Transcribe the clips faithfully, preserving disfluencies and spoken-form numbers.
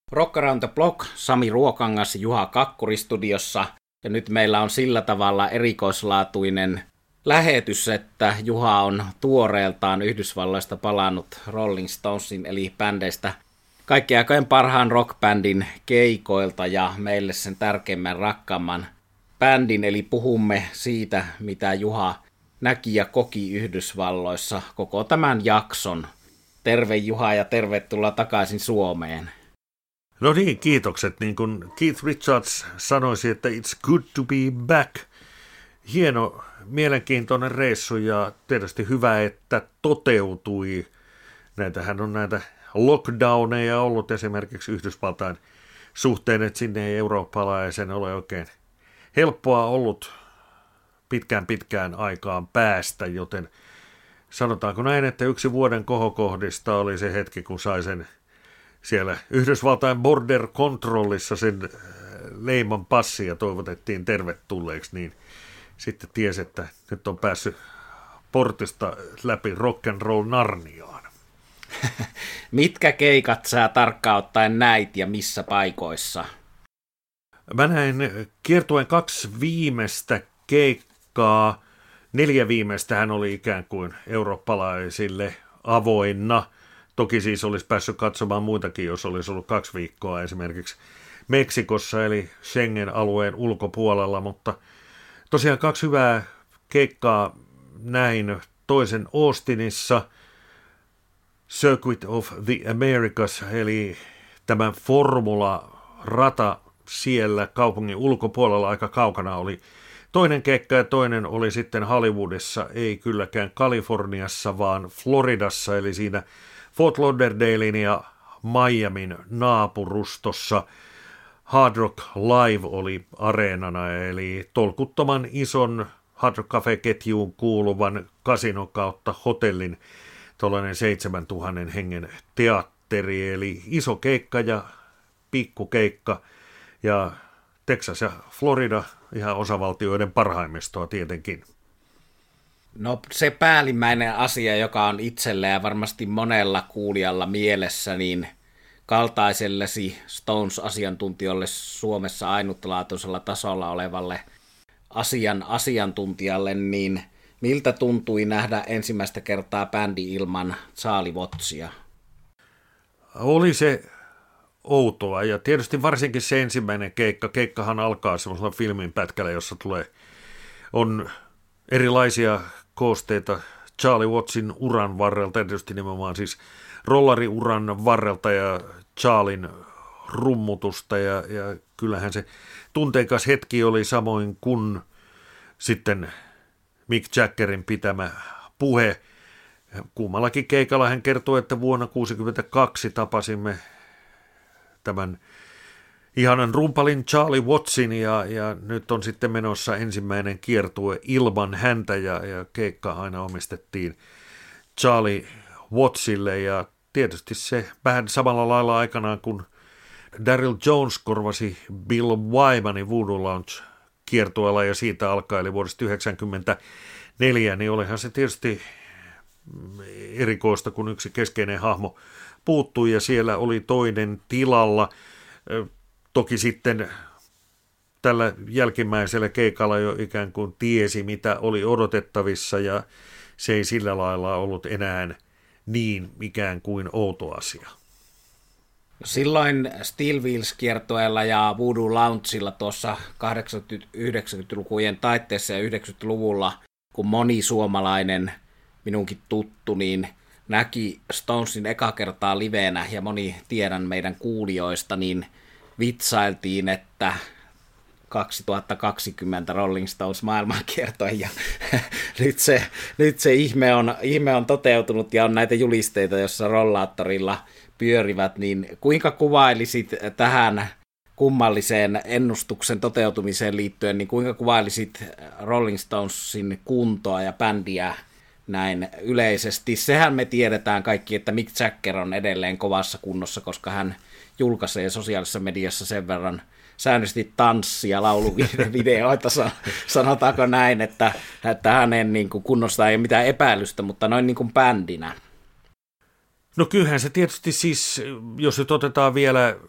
Rock Around the Block, Sami Ruokangas, Juha Kakkuri studiossa. Ja nyt meillä on sillä tavalla erikoislaatuinen lähetys, että Juha on tuoreeltaan Yhdysvalloista palannut Rolling Stonesin eli bändeistä kaikkien aikojen parhaan rockbändin keikoilta ja meille sen tärkeimmän rakkaamman bändin, eli puhumme siitä, mitä Juha näki ja koki Yhdysvalloissa koko tämän jakson. Terve Juha ja tervetuloa takaisin Suomeen. No niin, kiitokset. Niin kuin Keith Richards sanoisi, että it's good to be back. Hieno, mielenkiintoinen reissu ja tietysti hyvä, että toteutui. Näitähän on näitä lockdowneja ollut esimerkiksi Yhdysvaltain suhteen, että sinne ei eurooppalaisen ole oikein helppoa ollut pitkään pitkään aikaan päästä, joten sanotaanko näin, että yksi vuoden kohokohdista oli se hetki, kun sai sen siellä Yhdysvaltain border controllissa sen leiman passi ja toivotettiin tervetulleeksi, niin sitten tiesi, että nyt on päässyt portista läpi rock and roll Narniaan. Mitkä keikat sä tarkkaan ottaen näit ja missä paikoissa? Mä näin kiertueen kaksi viimeistä keikkaa. Neljä viimeistähän oli ikään kuin eurooppalaisille avoinna. Toki siis olisi päässyt katsomaan muitakin, jos olisi ollut kaksi viikkoa esimerkiksi Meksikossa, eli Schengen-alueen ulkopuolella, mutta tosiaan kaksi hyvää keikkaa näin. Toisen Austinissa, Circuit of the Americas, eli tämä formula-rata siellä kaupungin ulkopuolella aika kaukana oli toinen keikka ja toinen oli sitten Hollywoodissa, ei kylläkään Kaliforniassa, vaan Floridassa, eli siinä Fort Lauderdalein ja Miamin naapurustossa. Hard Rock Live oli areenana, eli tolkuttoman ison Hard Rock Cafe-ketjuun kuuluvan kasinon kautta hotellin tuollainen seitsemäntuhannen hengen teatteri, eli iso keikka ja pikkukeikka, ja Texas ja Florida ihan osavaltioiden parhaimmistoa tietenkin. No se päällimmäinen asia, joka on itsellä ja varmasti monella kuulijalla mielessä, niin kaltaisellesi Stones-asiantuntijoille Suomessa ainutlaatuisella tasolla olevalle asian asiantuntijalle, niin miltä tuntui nähdä ensimmäistä kertaa bändi ilman Charlie Wattsia? Oli se outoa ja tietysti varsinkin se ensimmäinen keikka. Keikkahan alkaa semmoisella filmin pätkällä, jossa tulee, on erilaisia koosteita Charlie Wattsin uran varrelta, tietysti nimenomaan siis rollariuran varrelta ja Charlien rummutusta ja, ja kyllähän se tunteikas hetki oli samoin kuin sitten Mick Jaggerin pitämä puhe. Kummallakin keikalla hän kertoi, että vuonna tuhatyhdeksänsataakuusikymmentäkaksi tapasimme tämän ihanan rumpalin Charlie Wattsin ja, ja nyt on sitten menossa ensimmäinen kiertue ilman häntä ja, ja keikka aina omistettiin Charlie Wattsille ja tietysti se vähän samalla lailla aikanaan kun Daryl Jones korvasi Bill Wymanin Voodoo Lounge kiertueella ja siitä alkaa eli vuodesta yhdeksänkymmentäneljä, niin olihan se tietysti erikoista, kun yksi keskeinen hahmo puuttui ja siellä oli toinen tilalla. Toki sitten tällä jälkimmäisellä keikalla jo ikään kuin tiesi, mitä oli odotettavissa ja se ei sillä lailla ollut enää niin ikään kuin outo asia. Silloin Steel Wheels-kiertueella ja Voodoo Loungella tuossa kahdeksankymmentä-yhdeksänkymmentälukujen taitteessa ja yhdeksänkymmentäluvulla, kun moni suomalainen, minunkin tuttu, niin näki Stonesin eka kertaa livenä ja moni tiedän meidän kuulijoista, niin vitsailtiin, että kaksituhattakaksikymmentä Rolling Stones maailmankiertue ja nyt se, nyt se ihme, on, ihme on toteutunut ja on näitä julisteita, joissa rollaattorilla pyörivät, niin kuinka kuvailisit tähän kummalliseen ennustuksen toteutumiseen liittyen, niin kuinka kuvailisit Rolling Stonesin kuntoa ja bändiä näin yleisesti? Sehän me tiedetään kaikki, että Mick Jagger on edelleen kovassa kunnossa, koska hän julkaisee sosiaalisessa mediassa sen verran säännöllisesti tanssia, lauluvideoita, sanotaanko näin, että, että hänen niin kuin kunnosta ei ole mitään epäilystä, mutta noin niin kuin bändinä. No kyllähän se tietysti siis, jos nyt otetaan vielä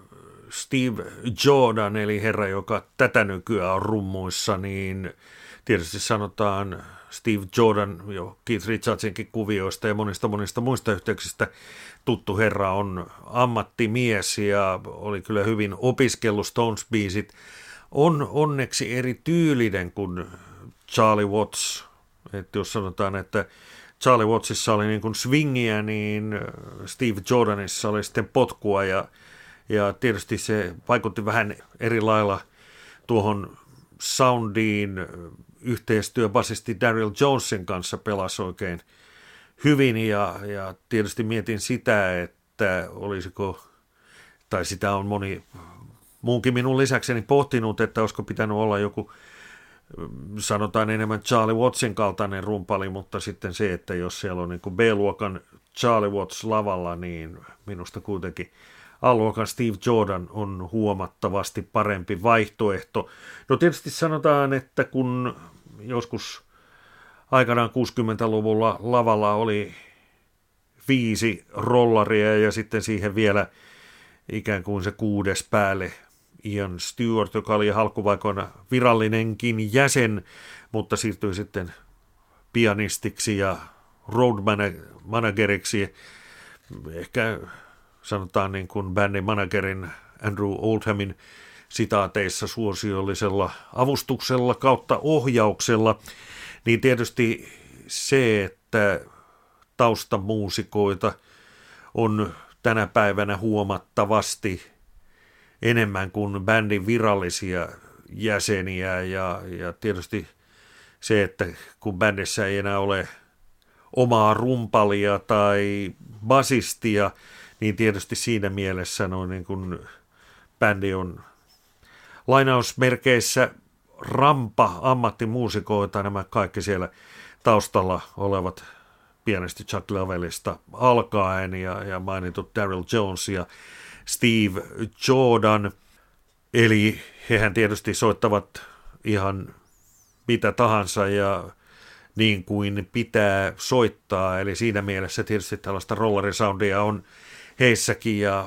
Steve Jordan, eli herra, joka tätä nykyään on rummuissa, niin tietysti sanotaan Steve Jordan jo Keith Richardsinkin kuvioista ja monista monista muista yhteyksistä tuttu herra on ammattimies ja oli kyllä hyvin opiskellut Stones-biisit. On onneksi eri tyylinen kuin Charlie Watts. Että jos sanotaan, että Charlie Wattsissa oli niin kuin swingiä, niin Steve Jordanissa oli sitten potkua ja, ja tietysti se vaikutti vähän eri lailla tuohon soundiin. Yhteistyö basisti Daryl Jonesin kanssa pelasi oikein hyvin ja, ja tietysti mietin sitä, että olisiko, tai sitä on moni muunkin minun lisäkseni pohtinut, että olisiko pitänyt olla joku, sanotaan enemmän Charlie Wattsin kaltainen rumpali, mutta sitten se, että jos siellä on niin kuin B-luokan Charlie Watts lavalla, niin minusta kuitenkin A-luokan Steve Jordan on huomattavasti parempi vaihtoehto. No tietysti sanotaan, että kun joskus aikanaan kuusikymmentäluvulla lavalla oli viisi rollaria ja sitten siihen vielä ikään kuin se kuudes päälle Ian Stewart, joka oli halkkuvaikoina virallinenkin jäsen, mutta siirtyi sitten pianistiksi ja road manageriksi. Ehkä sanotaan niin kuin bändin managerin Andrew Oldhamin sitaateissa suosiollisella avustuksella kautta ohjauksella, niin tietysti se, että taustamuusikoita on tänä päivänä huomattavasti enemmän kuin bändin virallisia jäseniä ja, ja tietysti se, että kun bändissä ei enää ole omaa rumpalia tai basistia, niin tietysti siinä mielessä noin niin kuin bändi on lainausmerkeissä rampa ammattimuusikoita, nämä kaikki siellä taustalla olevat pienesti Chuck Lovellista alkaen ja, ja mainitut Daryl Jones ja Steve Jordan, eli hehän tietysti soittavat ihan mitä tahansa ja niin kuin pitää soittaa, eli siinä mielessä tietysti tällaista rollarisoundia on heissäkin ja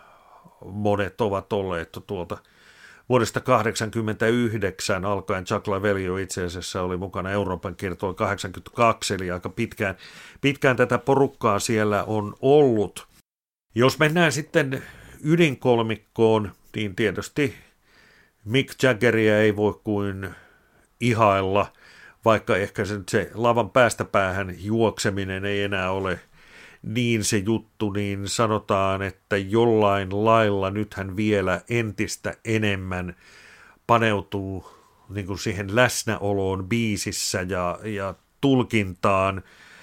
monet ovat olleet tuolta vuodesta kahdeksankymmentäyhdeksän alkaen. Chuck Leavell itse asiassa oli mukana Euroopan kiertueella kahdeksankymmentäkaksi, eli aika pitkään, pitkään tätä porukkaa siellä on ollut. Jos mennään sitten ydinkolmikkoon, niin tietysti Mick Jaggeria ei voi kuin ihailla, vaikka ehkä se, se lavan päästä päähän juokseminen ei enää ole niin se juttu, niin sanotaan, että jollain lailla nythän vielä entistä enemmän paneutuu niin kuin siihen läsnäoloon biisissä ja, ja tulkintaan.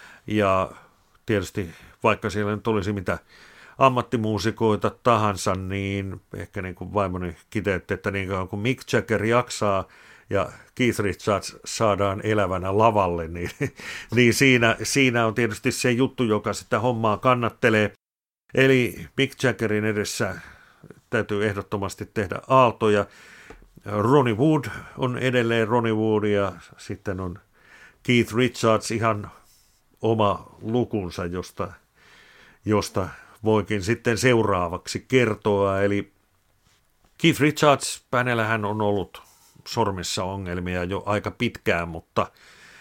Ja tietysti vaikka siellä nyt olisi mitä ammattimuusikoita tahansa, niin ehkä niin kuin vaimoni kiteytti, että niin kauan kuin Mick Jagger jaksaa ja Keith Richards saadaan elävänä lavalle, niin, niin siinä, siinä on tietysti se juttu, joka sitä hommaa kannattelee. Eli Mick Jaggerin edessä täytyy ehdottomasti tehdä aaltoja. Ronnie Wood on edelleen Ronnie Wood ja sitten on Keith Richards ihan oma lukunsa, josta, josta voikin sitten seuraavaksi kertoa. Eli Keith Richards, hänellähän on ollut sormissa ongelmia jo aika pitkään, mutta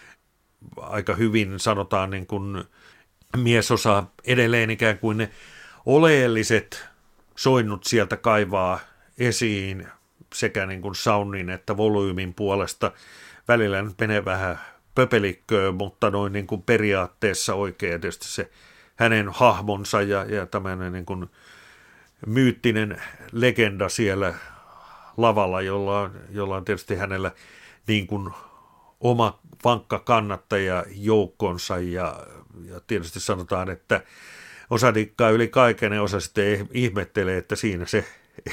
aika hyvin sanotaan niin kuin mies osaa edelleen ikään kuin ne oleelliset soinnut sieltä kaivaa esiin sekä niin kuin soundin että volyymin puolesta. Välillä nyt menee vähän pöpelikköön, mutta noin niin kuin periaatteessa oikein tietysti se hänen hahmonsa ja, ja tämmöinen niin kuin myyttinen legenda siellä lavalla, jolla on, jolla on tietysti hänellä niin kuin oma vankka kannattaja joukkonsa ja, ja tietysti sanotaan, että osa dikkaa yli kaiken ja osa sitten ihmettelee, että siinä se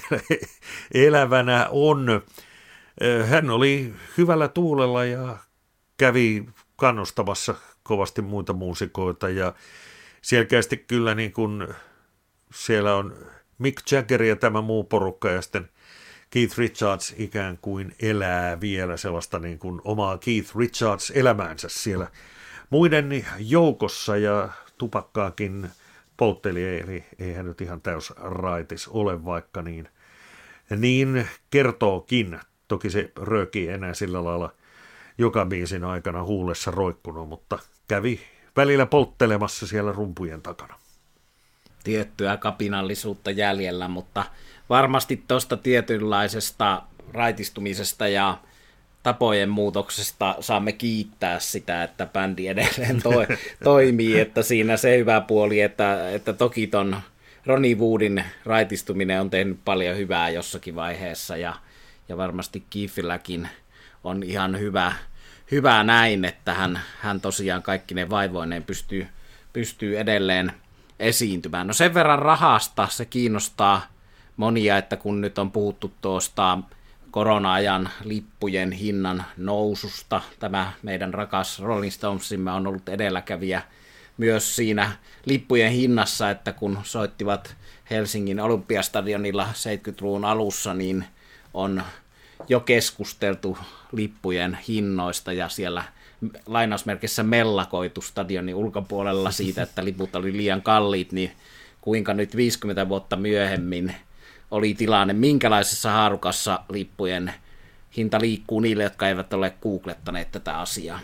elävänä on. Hän oli hyvällä tuulella ja kävi kannustamassa kovasti muita muusikoita ja selkeästi kyllä niin kuin siellä on Mick Jagger ja tämä muu porukka ja sitten Keith Richards ikään kuin elää vielä sellaista niin kuin omaa Keith Richards elämäänsä siellä muiden joukossa ja tupakkaakin poltteli, eli ei hän nyt ihan täys raitis ole, vaikka niin Niin kertookin. Toki se rööki enää sillä lailla joka biisin aikana huulessa roikkunut, mutta kävi välillä polttelemassa siellä rumpujen takana. Tiettyä kapinallisuutta jäljellä, mutta varmasti tuosta tietynlaisesta raitistumisesta ja tapojen muutoksesta saamme kiittää sitä, että bändi edelleen toi, toimii, että siinä se hyvä puoli, että, että toki ton Ronnie Woodin raitistuminen on tehnyt paljon hyvää jossakin vaiheessa, ja, ja varmasti Keithilläkin on ihan hyvä, hyvä näin, että hän, hän tosiaan kaikki ne vaivoineen pystyy, pystyy edelleen esiintymään. No sen verran rahasta se kiinnostaa monia, että kun nyt on puhuttu tuosta korona-ajan lippujen hinnan noususta, tämä meidän rakas Rolling Stonesimme on ollut edelläkävijä myös siinä lippujen hinnassa, että kun soittivat Helsingin Olympiastadionilla seitsemänkymmentäluvun alussa, niin on jo keskusteltu lippujen hinnoista ja siellä lainausmerkissä mellakoitu stadionin ulkopuolella siitä, että liput oli liian kalliit, niin kuinka nyt viisikymmentä vuotta myöhemmin oli tilanne, minkälaisessa haarukassa lippujen hinta liikkuu niille, jotka eivät ole googlettaneet tätä asiaa?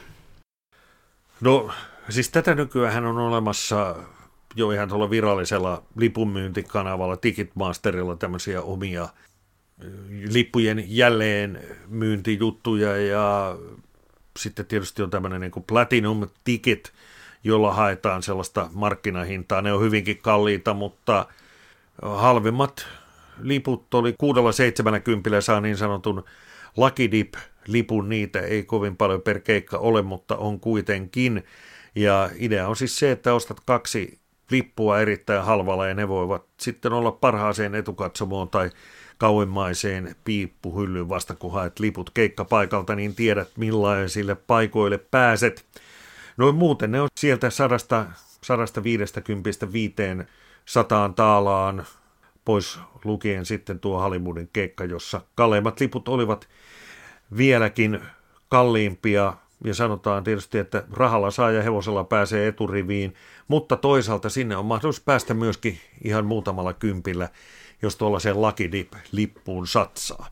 No siis tätä nykyään on olemassa jo ihan tuolla virallisella lipunmyyntikanavalla, Ticketmasterilla tämmöisiä omia lippujen jälleenmyyntijuttuja ja sitten tietysti on tämmöinen niin kuin Platinum Ticket, jolla haetaan sellaista markkinahintaa. Ne on hyvinkin kalliita, mutta halvimmat liput oli kuudella seitsemänkymmentä saa niin sanotun Lucky Dip-lipun, niitä ei kovin paljon per keikka ole, mutta on kuitenkin. Ja idea on siis se, että ostat kaksi lippua erittäin halvalla ja ne voivat sitten olla parhaaseen etukatsomoon tai kauemmaiseen piippuhyllyyn vasta kun haet liput keikkapaikalta, niin tiedät millaisille paikoille pääset. Noin muuten ne on sieltä sadasta, sadasta viidestäkympistä viiteen sataan taalaan, pois lukien sitten tuo Hollywoodin keikka, jossa kalleimmat liput olivat vieläkin kalliimpia, ja sanotaan tietysti, että rahalla saa ja hevosella pääsee eturiviin, mutta toisaalta sinne on mahdollisuus päästä myöskin ihan muutamalla kympillä, jos tuollaiseen Lucky Dip-lippuun satsaa.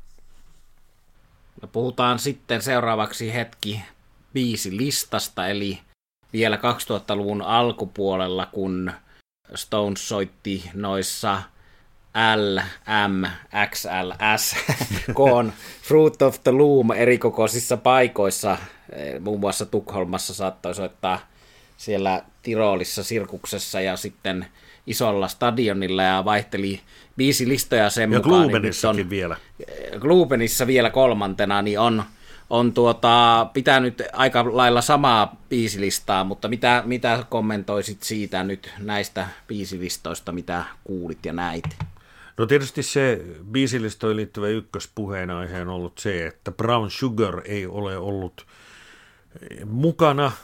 No puhutaan sitten seuraavaksi hetki biisilistasta, eli vielä kaksituhattaluvun alkupuolella, kun Stones soitti noissa L, M, X L, S, K, Fruit of the Loom erikokoisissa paikoissa, muun muassa Tukholmassa saattoi soittaa siellä Tirolissa sirkuksessa ja sitten isolla stadionilla ja vaihteli biisilistoja sen ja mukaan. Ja Globenissakin vielä. Globenissa vielä kolmantena, niin on, on tuota, pitänyt aika lailla samaa biisilistaa, mutta mitä, mitä kommentoisit siitä nyt näistä biisilistoista, mitä kuulit ja näit? No tietysti se biisilistoihin liittyvä ykköspuheenaihe on ollut se, että Brown Sugar ei ole ollut mukana.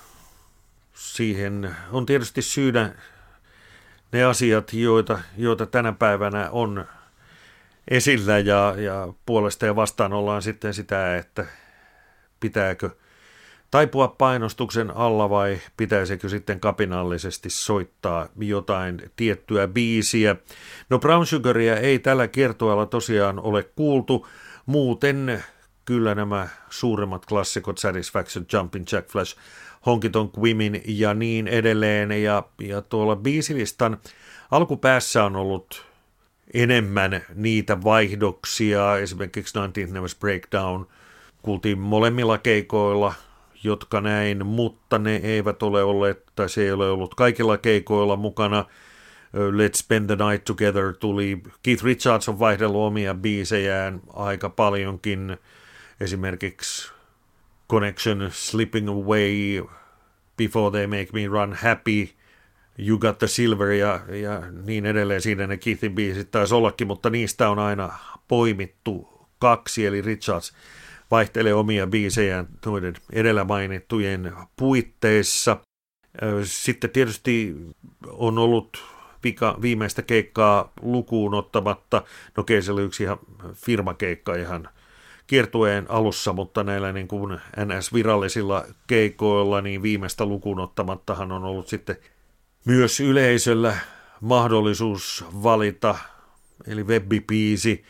Siihen on tietysti syynä ne asiat, joita, joita tänä päivänä on esillä ja, ja puolesta ja vastaan ollaan sitten sitä, että pitääkö taipua painostuksen alla vai pitäisikö sitten kapinallisesti soittaa jotain tiettyä biisiä. No Brown Sugaria ei tällä kiertueella tosiaan ole kuultu, muuten kyllä nämä suuremmat klassikot, Satisfaction, Jumpin' Jack Flash, Honky Tonk Women ja niin edelleen, ja, ja tuolla biisilistan alkupäässä on ollut enemmän niitä vaihdoksia, esimerkiksi Nineteenth Nervous Breakdown kuultiin molemmilla keikoilla, jotka näin, mutta ne eivät ole olleet, tai se ei ole ollut kaikilla keikoilla mukana. Let's Spend the Night Together tuli, Keith Richards on vaihdellut omia biisejään aika paljonkin, esimerkiksi Connection, Slipping Away, Before They Make Me Run Happy, You Got the Silver ja, ja niin edelleen. Siinä ne Keithin biisit taisi ollakin, mutta niistä on aina poimittu kaksi, eli Richards vaihtelee omia biisejään noiden edellä mainittujen puitteissa. Sitten tietysti on ollut vika, viimeistä keikkaa lukuun ottamatta, no se oli yksi ihan firmakeikka ihan kiertueen alussa, mutta näillä niin kuin N S-virallisilla keikoilla niin viimeistä lukuun ottamattahan on ollut sitten myös yleisöllä mahdollisuus valita, eli webbibiisi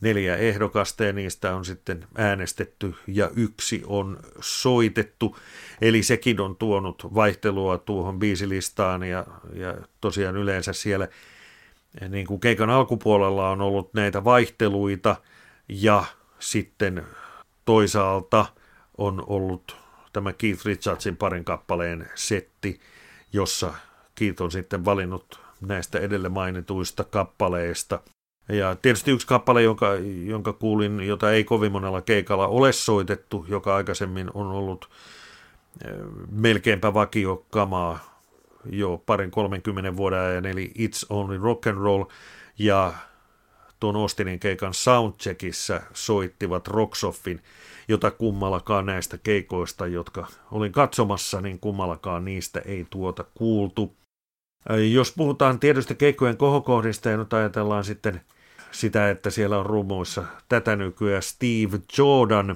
neljä ehdokasta ja niistä on sitten äänestetty ja yksi on soitettu. Eli sekin on tuonut vaihtelua tuohon biisilistaan ja, ja tosiaan yleensä siellä niin kuin keikan alkupuolella on ollut näitä vaihteluita ja sitten toisaalta on ollut tämä Keith Richardsin parin kappaleen setti, jossa Keith on sitten valinnut näistä edelle mainituista kappaleista. Ja tietysti yksi kappale, jonka, jonka kuulin, jota ei kovin monella keikalla ole soitettu, joka aikaisemmin on ollut melkeinpä vakiokamaa jo parin kolmenkymmenen vuoden ajan, eli It's Only Rock and Roll, ja tuon Austinin keikan soundcheckissa soittivat Rocksoffin, jota kummallakaan näistä keikoista, jotka olin katsomassa, niin kummallakaan niistä ei tuota kuultu. Jos puhutaan tietysti keikkojen kohokohdista ja nyt ajatellaan sitten sitä, että siellä on ruumoissa tätä nykyään Steve Jordan,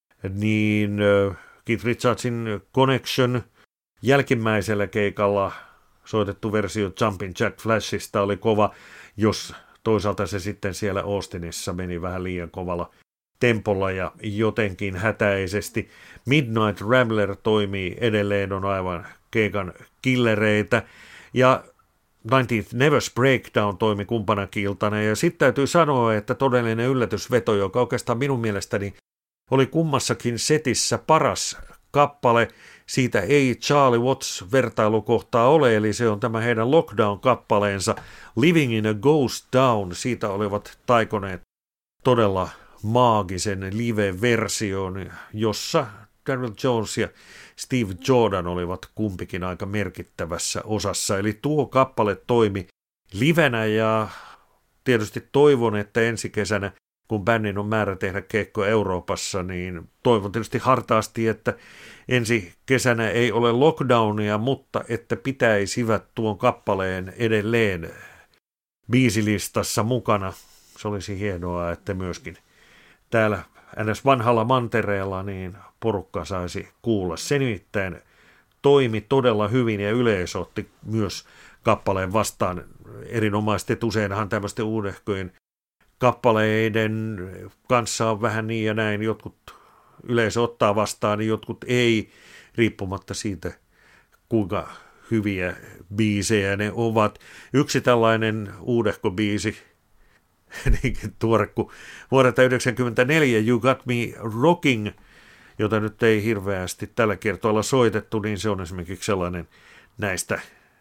niin Keith Richardsin Connection jälkimmäisellä keikalla soitettu versio Jumpin' Jack Flashista oli kova, jos toisaalta se sitten siellä Austinissa meni vähän liian kovalla tempolla ja jotenkin hätäisesti. Midnight Rambler toimii edelleen, on aivan keikan killereitä, ja nineteenth Never's Breakdown toimi kumpanakin iltana, ja sitten täytyy sanoa, että todellinen yllätysveto, joka oikeastaan minun mielestäni oli kummassakin setissä paras kappale, siitä ei Charlie Watts vertailukohtaa ole, eli se on tämä heidän Lockdown-kappaleensa Living in a Ghost Town, siitä olivat taikoneet todella maagisen live-version, jossa Darryl Jones ja Steve Jordan olivat kumpikin aika merkittävässä osassa. Eli tuo kappale toimi livenä ja tietysti toivon, että ensi kesänä, kun bändin on määrä tehdä keikko Euroopassa, niin toivon tietysti hartaasti, että ensi kesänä ei ole lockdownia, mutta että pitäisivät tuon kappaleen edelleen biisilistassa mukana. Se olisi hienoa, että myöskin täällä ns. Vanhalla mantereella niin porukka saisi kuulla. Se nimittäin toimi todella hyvin ja yleisö otti myös kappaleen vastaan erinomaisesti. Useinhan tämmöisten uudehkojen kappaleiden kanssa on vähän niin ja näin. Jotkut yleisö ottaa vastaan, niin jotkut ei, riippumatta siitä, kuinka hyviä biisejä ne ovat. Yksi tällainen uudehko biisi, niinkin tuore kuin vuodelta yhdeksänkymmentäneljä You Got Me Rocking, jota nyt ei hirveästi tällä kertoilla soitettu, niin se on esimerkiksi sellainen näistä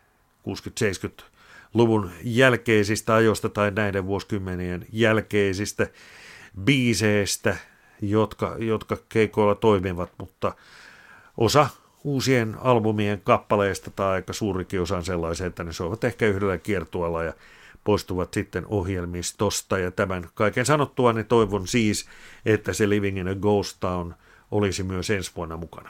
kuusikymmentä-seitsemänkymmentäluvun jälkeisistä ajoista tai näiden vuosikymmenien jälkeisistä biiseistä, jotka, jotka keikoilla toimivat, mutta osa uusien albumien kappaleista tai aika suurikin osa on sellaisia, että ne soivat ehkä yhdellä kiertueella ja poistuvat sitten ohjelmistosta. Ja tämän kaiken sanottua, niin toivon siis, että se Living in a Ghost Town olisi myös ensi vuonna mukana.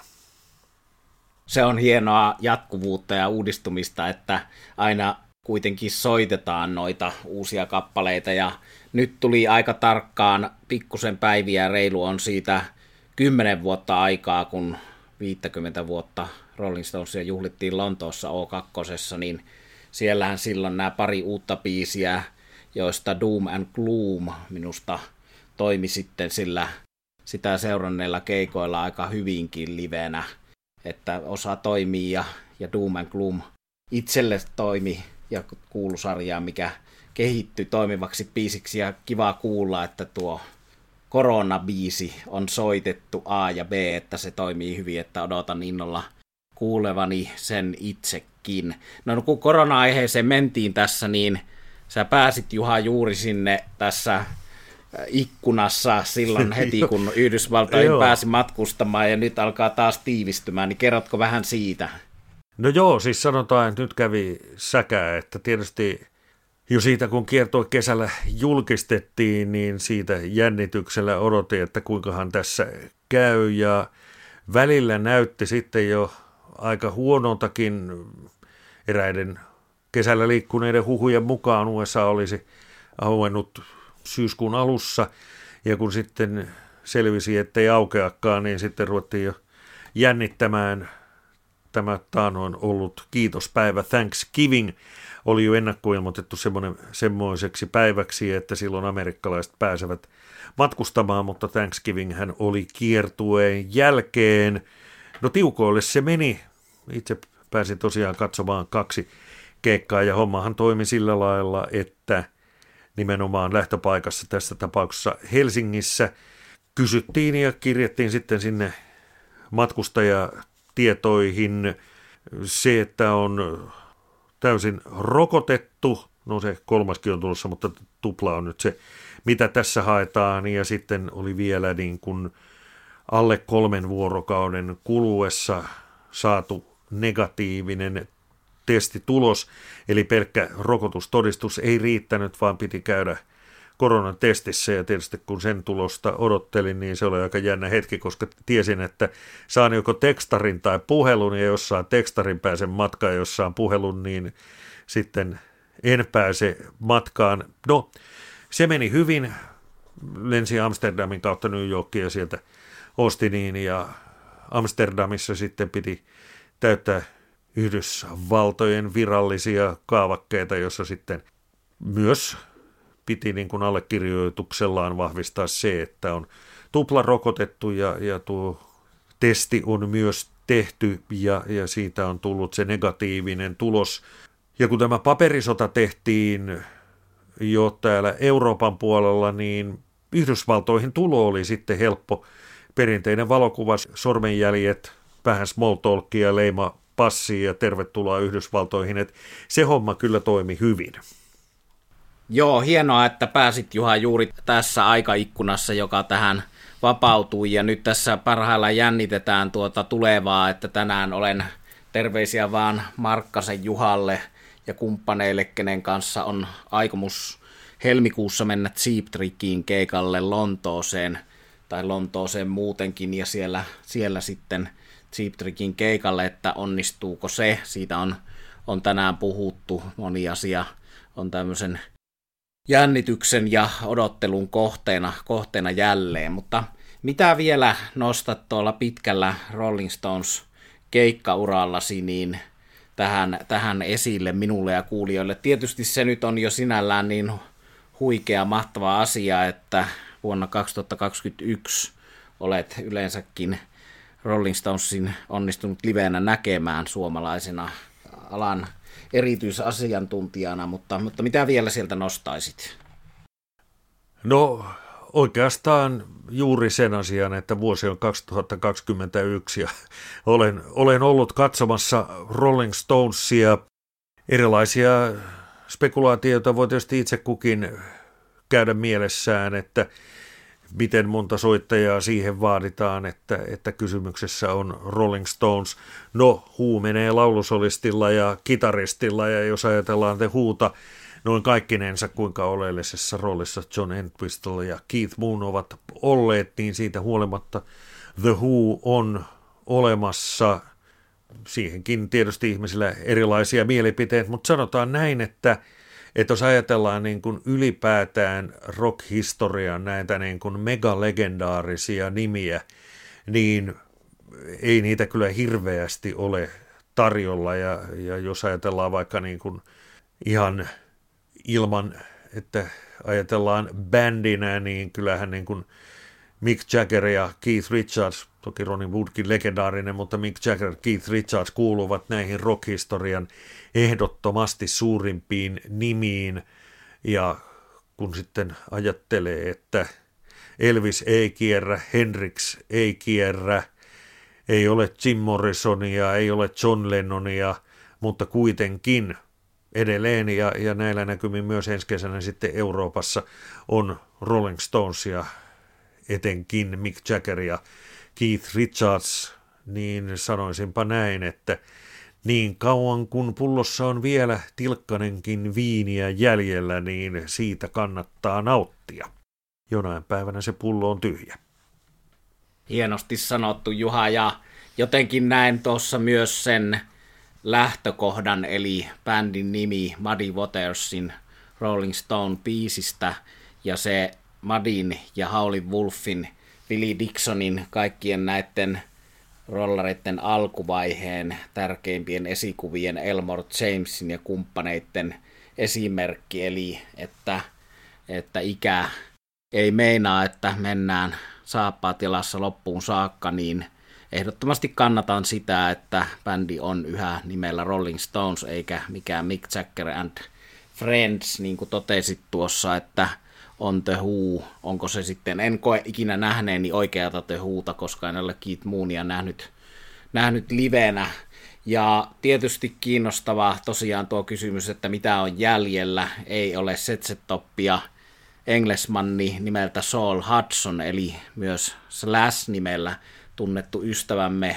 Se on hienoa jatkuvuutta ja uudistumista, että aina kuitenkin soitetaan noita uusia kappaleita, ja nyt tuli aika tarkkaan pikkusen päiviä, reilu on siitä kymmenen vuotta aikaa, kun viisikymmentä vuotta Rolling Stonesia juhlittiin Lontoossa O kaksi, niin siellähän silloin nämä pari uutta biisiä, joista Doom and Gloom minusta toimi sitten sillä sitä seuranneilla keikoilla aika hyvinkin livenä, että osa toimii ja, ja Doom and Gloom itselle toimi ja kuulu sarjaan, mikä kehittyi toimivaksi biisiksi, ja kiva kuulla, että tuo koronabiisi on soitettu A ja B, että se toimii hyvin, että odotan innolla kuulevani sen itsekin. No kun korona-aiheeseen mentiin tässä, niin sä pääsit Juha juuri sinne tässä ikkunassa silloin heti, kun Yhdysvaltoihin pääsi matkustamaan ja nyt alkaa taas tiivistymään, niin kerrotko vähän siitä? No joo, siis sanotaan, että nyt kävi säkää, että tietysti jo siitä, kun kiertue kesällä julkistettiin, niin siitä jännityksellä odotin, että kuinkahan tässä käy, ja välillä näytti sitten jo aika huonoltakin. Eräiden kesällä liikkuneiden huhujen mukaan U S A olisi auennut syyskuun alussa, ja kun sitten selvisi, ettei aukeakaan, niin sitten ruvettiin jo jännittämään tämä taanoin ollut kiitospäivä Thanksgiving oli jo ennakkoilmoitettu semmoiseksi päiväksi, että silloin amerikkalaiset pääsevät matkustamaan, mutta Thanksgiving hän oli kiertueen jälkeen. No tiukoille se meni. Itse pääsin tosiaan katsomaan kaksi keikkaa ja hommahan toimi sillä lailla, että nimenomaan lähtöpaikassa tässä tapauksessa Helsingissä kysyttiin ja kirjattiin sitten sinne matkustajatietoihin se, että on täysin rokotettu, no se kolmaskin on tulossa, mutta tupla on nyt se, mitä tässä haetaan, ja sitten oli vielä niin kuin alle kolmen vuorokauden kuluessa saatu negatiivinen testitulos, eli pelkkä rokotustodistus ei riittänyt, vaan piti käydä koronatestissä, ja tietysti kun sen tulosta odottelin, niin se oli aika jännä hetki, koska tiesin, että saan joko tekstarin tai puhelun, ja jos saan tekstarin pääsen matkaan, ja jos saan puhelun, niin sitten en pääse matkaan. No, se meni hyvin, lensin Amsterdamin kautta New Yorkia, ja sieltä Ostiniin, ja Amsterdamissa sitten piti täyttää Yhdysvaltojen virallisia kaavakkeita, jossa sitten myös piti niin kuin allekirjoituksellaan vahvistaa se, että on tuplarokotettu ja, ja tuo testi on myös tehty ja, ja siitä on tullut se negatiivinen tulos. Ja kun tämä paperisota tehtiin jo täällä Euroopan puolella, niin Yhdysvaltoihin tulo oli sitten helppo. Perinteinen valokuva, sormenjäljet, vähän small talkia, leima passia ja tervetuloa Yhdysvaltoihin, että se homma kyllä toimi hyvin. Joo, hienoa, että pääsit Juha juuri tässä aikaikkunassa, joka tähän vapautui, ja nyt tässä parhaillaan jännitetään tuota tulevaa, että tänään olen terveisiä vaan Markkasen Juhalle ja kumppaneille, kenen kanssa on aikomus helmikuussa mennä Cheap Trickiin keikalle Lontooseen, tai Lontooseen muutenkin, ja siellä, siellä sitten Cheap Trickin keikalle, että onnistuuko se, siitä on, on tänään puhuttu, moni asia on tämmöisen jännityksen ja odottelun kohteena, kohteena jälleen, mutta mitä vielä nostat tuolla pitkällä Rolling Stones keikkaurallasi niin tähän, tähän esille minulle ja kuulijoille? Tietysti se nyt on jo sinällään niin huikea, mahtava asia, että vuonna kaksituhattakaksikymmentäyksi olet yleensäkin Rolling Stonesin onnistunut liveenä näkemään suomalaisena alan erityisasiantuntijana, mutta, mutta mitä vielä sieltä nostaisit? No oikeastaan juuri sen asian, että vuosi on kaksituhattakaksikymmentäyksi ja olen, olen ollut katsomassa Rolling Stonesia. Erilaisia spekulaatioita voi tietysti itse kukin käydä mielessään, että miten monta soittajaa siihen vaaditaan, että, että kysymyksessä on Rolling Stones. No, Who menee laulusolistilla ja kitaristilla, ja jos ajatellaan The Whota, noin kaikkinensa kuinka oleellisessa roolissa John Entwistle ja Keith Moon ovat olleet, niin siitä huolimatta The Who on olemassa. Siihenkin tietysti ihmisillä erilaisia mielipiteitä, mutta sanotaan näin, että Että jos ajatellaan niin kuin ylipäätään rock-historian näitä niin kuin megalegendaarisia nimiä, niin ei niitä kyllä hirveästi ole tarjolla. Ja, ja jos ajatellaan vaikka niin kuin ihan ilman, että ajatellaan bändinä, niin kyllähän niin kuin Mick Jagger ja Keith Richards, toki Ronnie Woodkin legendaarinen, mutta Mick Jagger ja Keith Richards kuuluvat näihin rock-historian ehdottomasti suurimpiin nimiin, ja kun sitten ajattelee, että Elvis ei kierrä, Hendrix ei kierrä, ei ole Jim Morrisonia, ei ole John Lennonia, mutta kuitenkin edelleen ja, ja näillä näkymin myös ensi kesänä sitten Euroopassa on Rolling Stones ja etenkin Mick Jagger ja Keith Richards, niin sanoisinpa näin, että niin kauan kun pullossa on vielä tilkkanenkin viiniä jäljellä, niin siitä kannattaa nauttia. Jonain päivänä se pullo on tyhjä. Hienosti sanottu, Juha, ja jotenkin näen tuossa myös sen lähtökohdan, eli bändin nimi Muddy Watersin Rolling Stone-biisistä, ja se Muddyn ja Howlin' Wolfin, Willie Dixonin, kaikkien näiden rollareiden alkuvaiheen tärkeimpien esikuvien Elmore Jamesin ja kumppaneiden esimerkki, eli että, että ikä ei meinaa, että mennään saappaat-jalassa loppuun saakka, niin ehdottomasti kannatan sitä, että bändi on yhä nimellä Rolling Stones, eikä mikään Mick Jagger and Friends, niin kuin totesit tuossa, että on The Who. Onko se sitten, en koe ikinä nähneeni oikeata The Whota, koska en ole Keith Moonia nähnyt, nähnyt livenä. Ja tietysti kiinnostavaa tosiaan tuo kysymys, että mitä on jäljellä. Ei ole Setset-toppia. Englishmanni nimeltä Saul Hudson, eli myös Slash-nimellä tunnettu ystävämme,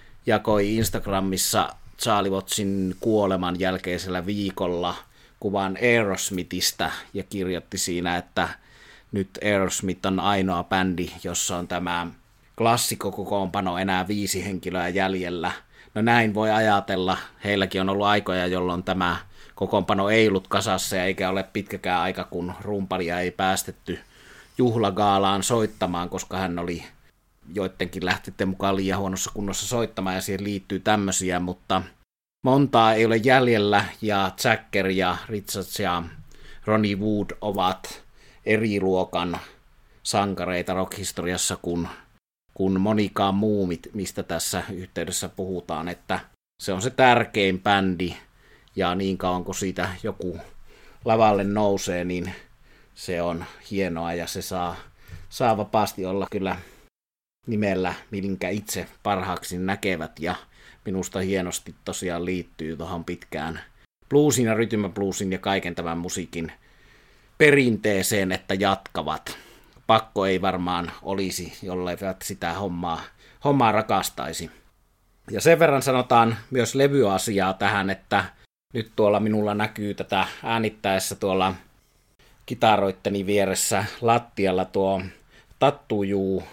jakoi Instagramissa Charlie Wattsin kuoleman jälkeisellä viikolla kuvan Aerosmithistä ja kirjoitti siinä, että nyt Aerosmith on ainoa bändi, jossa on tämä klassikkokokoonpano enää viisi henkilöä jäljellä. No näin voi ajatella. Heilläkin on ollut aikoja, jolloin tämä kokoonpano ei ollut kasassa eikä ole pitkäkään aika, kun rumpalia ei päästetty juhlagaalaan soittamaan, koska hän oli joidenkin lähteiden mukaan liian huonossa kunnossa soittamaan ja siihen liittyy tämmöisiä, mutta montaa ei ole jäljellä ja Jagger ja Richards ja Ronnie Wood ovat eri luokan sankareita rockhistoriassa kuin, kuin monikaan muu, mistä tässä yhteydessä puhutaan, että se on se tärkein bändi ja niin kauan kun siitä joku lavalle nousee, niin se on hienoa ja se saa, saa vapaasti olla kyllä nimellä, minkä itse parhaaksi näkevät ja minusta hienosti tosiaan liittyy tuohon pitkään bluesin ja rytmabluesin ja kaiken tämän musiikin perinteeseen, että jatkavat. Pakko ei varmaan olisi, jolleivät sitä hommaa, hommaa rakastaisi. Ja sen verran sanotaan myös levyasiaa tähän, että nyt tuolla minulla näkyy tätä äänittäessä tuolla kitaroitteni vieressä lattialla tuo Tattoo You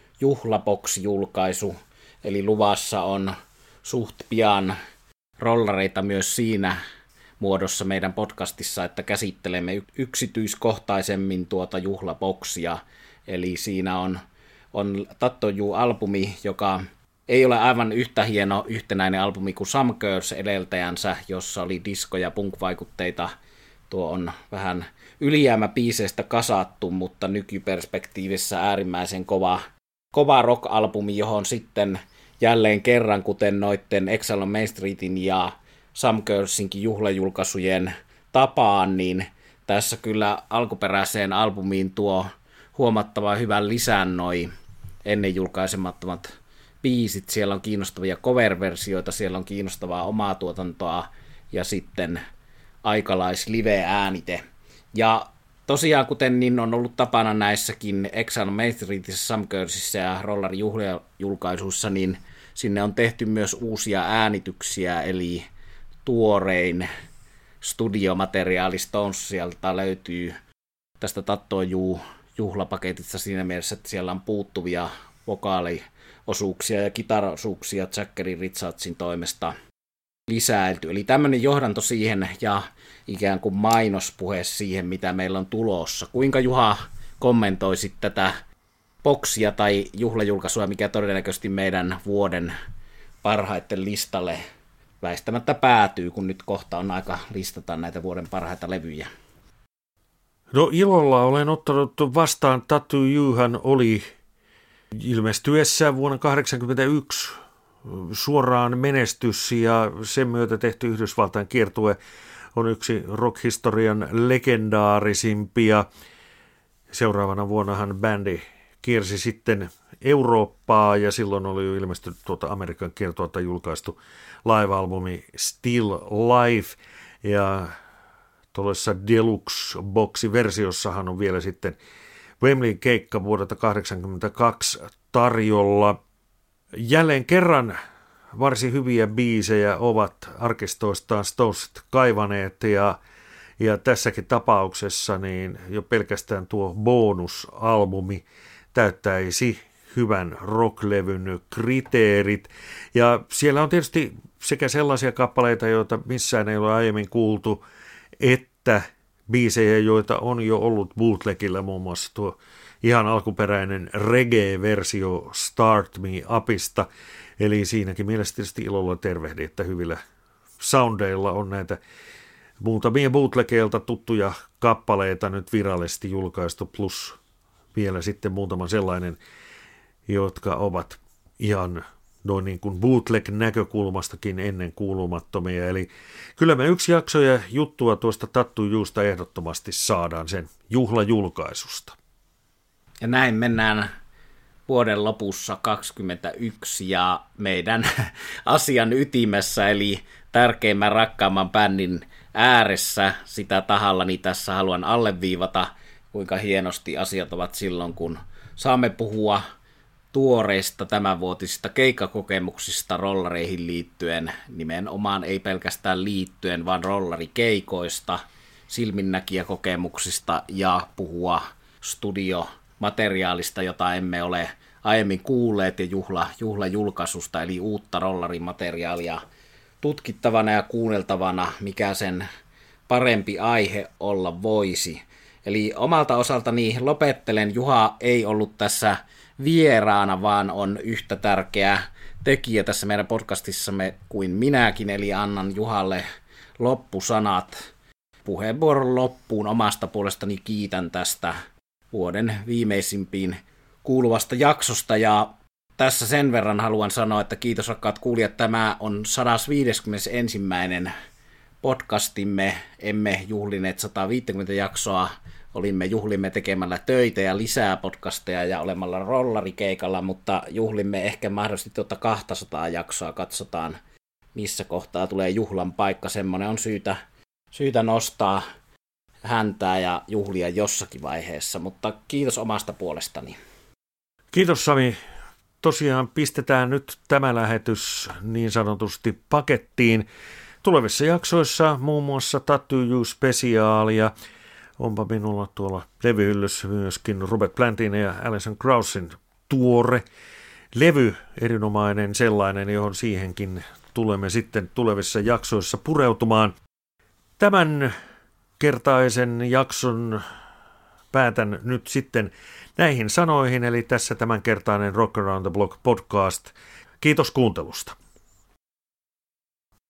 juhlabox-julkaisu, eli luvassa on suht pian rollareita myös siinä muodossa meidän podcastissa, että käsittelemme yksityiskohtaisemmin tuota juhlaboksia, eli siinä on, on Tattoo You-albumi, joka ei ole aivan yhtä hieno yhtenäinen albumi kuin Some Girls edeltäjänsä, jossa oli disco- ja punk-vaikutteita. Tuo on vähän ylijäämäbiiseistä kasattu, mutta nykyperspektiivissä äärimmäisen kova, kova rock-albumi, johon sitten jälleen kerran, kuten noitten Exile on Main Streetin ja Some Girlsinkin juhlajulkaisujen tapaan, niin tässä kyllä alkuperäiseen albumiin tuo huomattavan hyvän lisän noi ennen julkaisemattomat biisit. Siellä on kiinnostavia cover-versioita, siellä on kiinnostavaa omaa tuotantoa ja sitten aikalais-live-äänite. Ja tosiaan, kuten niin on ollut tapana näissäkin Exile on Main Streetissä, Some Girlsissa ja Rollarin juhlijulkaisuissa, niin sinne on tehty myös uusia äänityksiä, eli tuorein studiomateriaali Stonesilta löytyy tästä Tattoo You juhlapaketista siinä mielessä, että siellä on puuttuvia vokaaliosuuksia ja kitaraosuuksia Jaggerin Richardsin toimesta lisäilty. Eli tämmöinen johdanto siihen ja ikään kuin mainospuhe siihen, mitä meillä on tulossa. Kuinka Juha kommentoisit tätä boksia tai juhlajulkaisua, mikä todennäköisesti meidän vuoden parhaiten listalle väistämättä päätyy, kun nyt kohta on aika listata näitä vuoden parhaita levyjä? No ilolla olen ottanut vastaan. Tattoo Youhan oli ilmestyessään vuonna tuhatyhdeksänsataakahdeksankymmentäyksi suoraan menestys ja sen myötä tehty Yhdysvaltain kiertue on yksi rockhistorian legendaarisimpia. Seuraavana vuonnahan bändi kiersi sitten Eurooppaa ja silloin oli jo ilmestynyt tuota Amerikan kiertueelta julkaistu live-albumi Still Life ja tuollaisessa Deluxe-boksi-versiossahan on vielä sitten Wembleyn keikka vuodelta tuhatyhdeksänsataakahdeksankymmentäkaksi tarjolla. Jälleen kerran varsin hyviä biisejä ovat arkistoistaan Stonesit kaivaneet ja, ja tässäkin tapauksessa niin jo pelkästään tuo bonusalbumi täyttäisi hyvän rocklevyn kriteerit. Ja siellä on tietysti sekä sellaisia kappaleita, joita missään ei ole aiemmin kuultu, että biisejä, joita on jo ollut bootlegillä, muun muassa tuo ihan alkuperäinen reggae-versio Start Me Upista, eli siinäkin mielestäni tietysti ilolla tervehdin, että hyvillä soundeilla on näitä muutamia bootlegeilta tuttuja kappaleita nyt virallisesti julkaistu, plus vielä sitten muutama sellainen, jotka ovat ihan noin niin kuin bootleg-näkökulmastakin ennen kuulumattomia. Eli kyllä me yksi jakso ja juttua tuosta Tattujuusta ehdottomasti saadaan sen juhlajulkaisusta. Ja näin mennään vuoden lopussa kaksikymmentäyksi ja meidän asian ytimessä, eli tärkeimmän rakkaamman bändin ääressä. Sitä tahallani tässä haluan alleviivata, kuinka hienosti asiat ovat silloin, kun saamme puhua tuoreista tämänvuotisista keikkakokemuksista rollareihin liittyen, nimenomaan ei pelkästään liittyen, vaan rollarikeikoista, silminnäkijäkokemuksista ja puhua studiomateriaalista, jota emme ole aiemmin kuulleet, ja juhla, juhlajulkaisusta, eli uutta rollarimateriaalia tutkittavana ja kuunneltavana, mikä sen parempi aihe olla voisi. Eli omalta osaltani lopettelen. Juha ei ollut tässä vieraana, vaan on yhtä tärkeä tekijä tässä meidän podcastissamme kuin minäkin, eli annan Juhalle loppusanat. Puheenvuoron loppuun omasta puolestani kiitän tästä vuoden viimeisimpiin kuuluvasta jaksosta, ja tässä sen verran haluan sanoa, että kiitos rakkaat kuulijat, tämä on sata viisikymmentäyksi. podcastimme, emme juhlineet sata viisikymmentä jaksoa, olimme juhlimme tekemällä töitä ja lisää podcasteja ja olemalla rollarikeikalla, mutta juhlimme ehkä mahdollisesti tuota kaksisataa jaksoa, katsotaan missä kohtaa tulee juhlan paikka, semmoinen on syytä, syytä nostaa häntää ja juhlia jossakin vaiheessa, mutta kiitos omasta puolestani. Kiitos Sami. Tosiaan pistetään nyt tämä lähetys niin sanotusti pakettiin. Tulevissa jaksoissa muun muassa Tattoo-spesiaalia. Onpa minulla tuolla levyhyllyssä myöskin Robert Plantin ja Alison Krausin tuore levy, erinomainen sellainen, johon siihenkin tulemme sitten tulevissa jaksoissa pureutumaan. Tämän kertaisen jakson päätän nyt sitten näihin sanoihin, eli tässä tämänkertainen Rock Around the Block podcast. Kiitos kuuntelusta.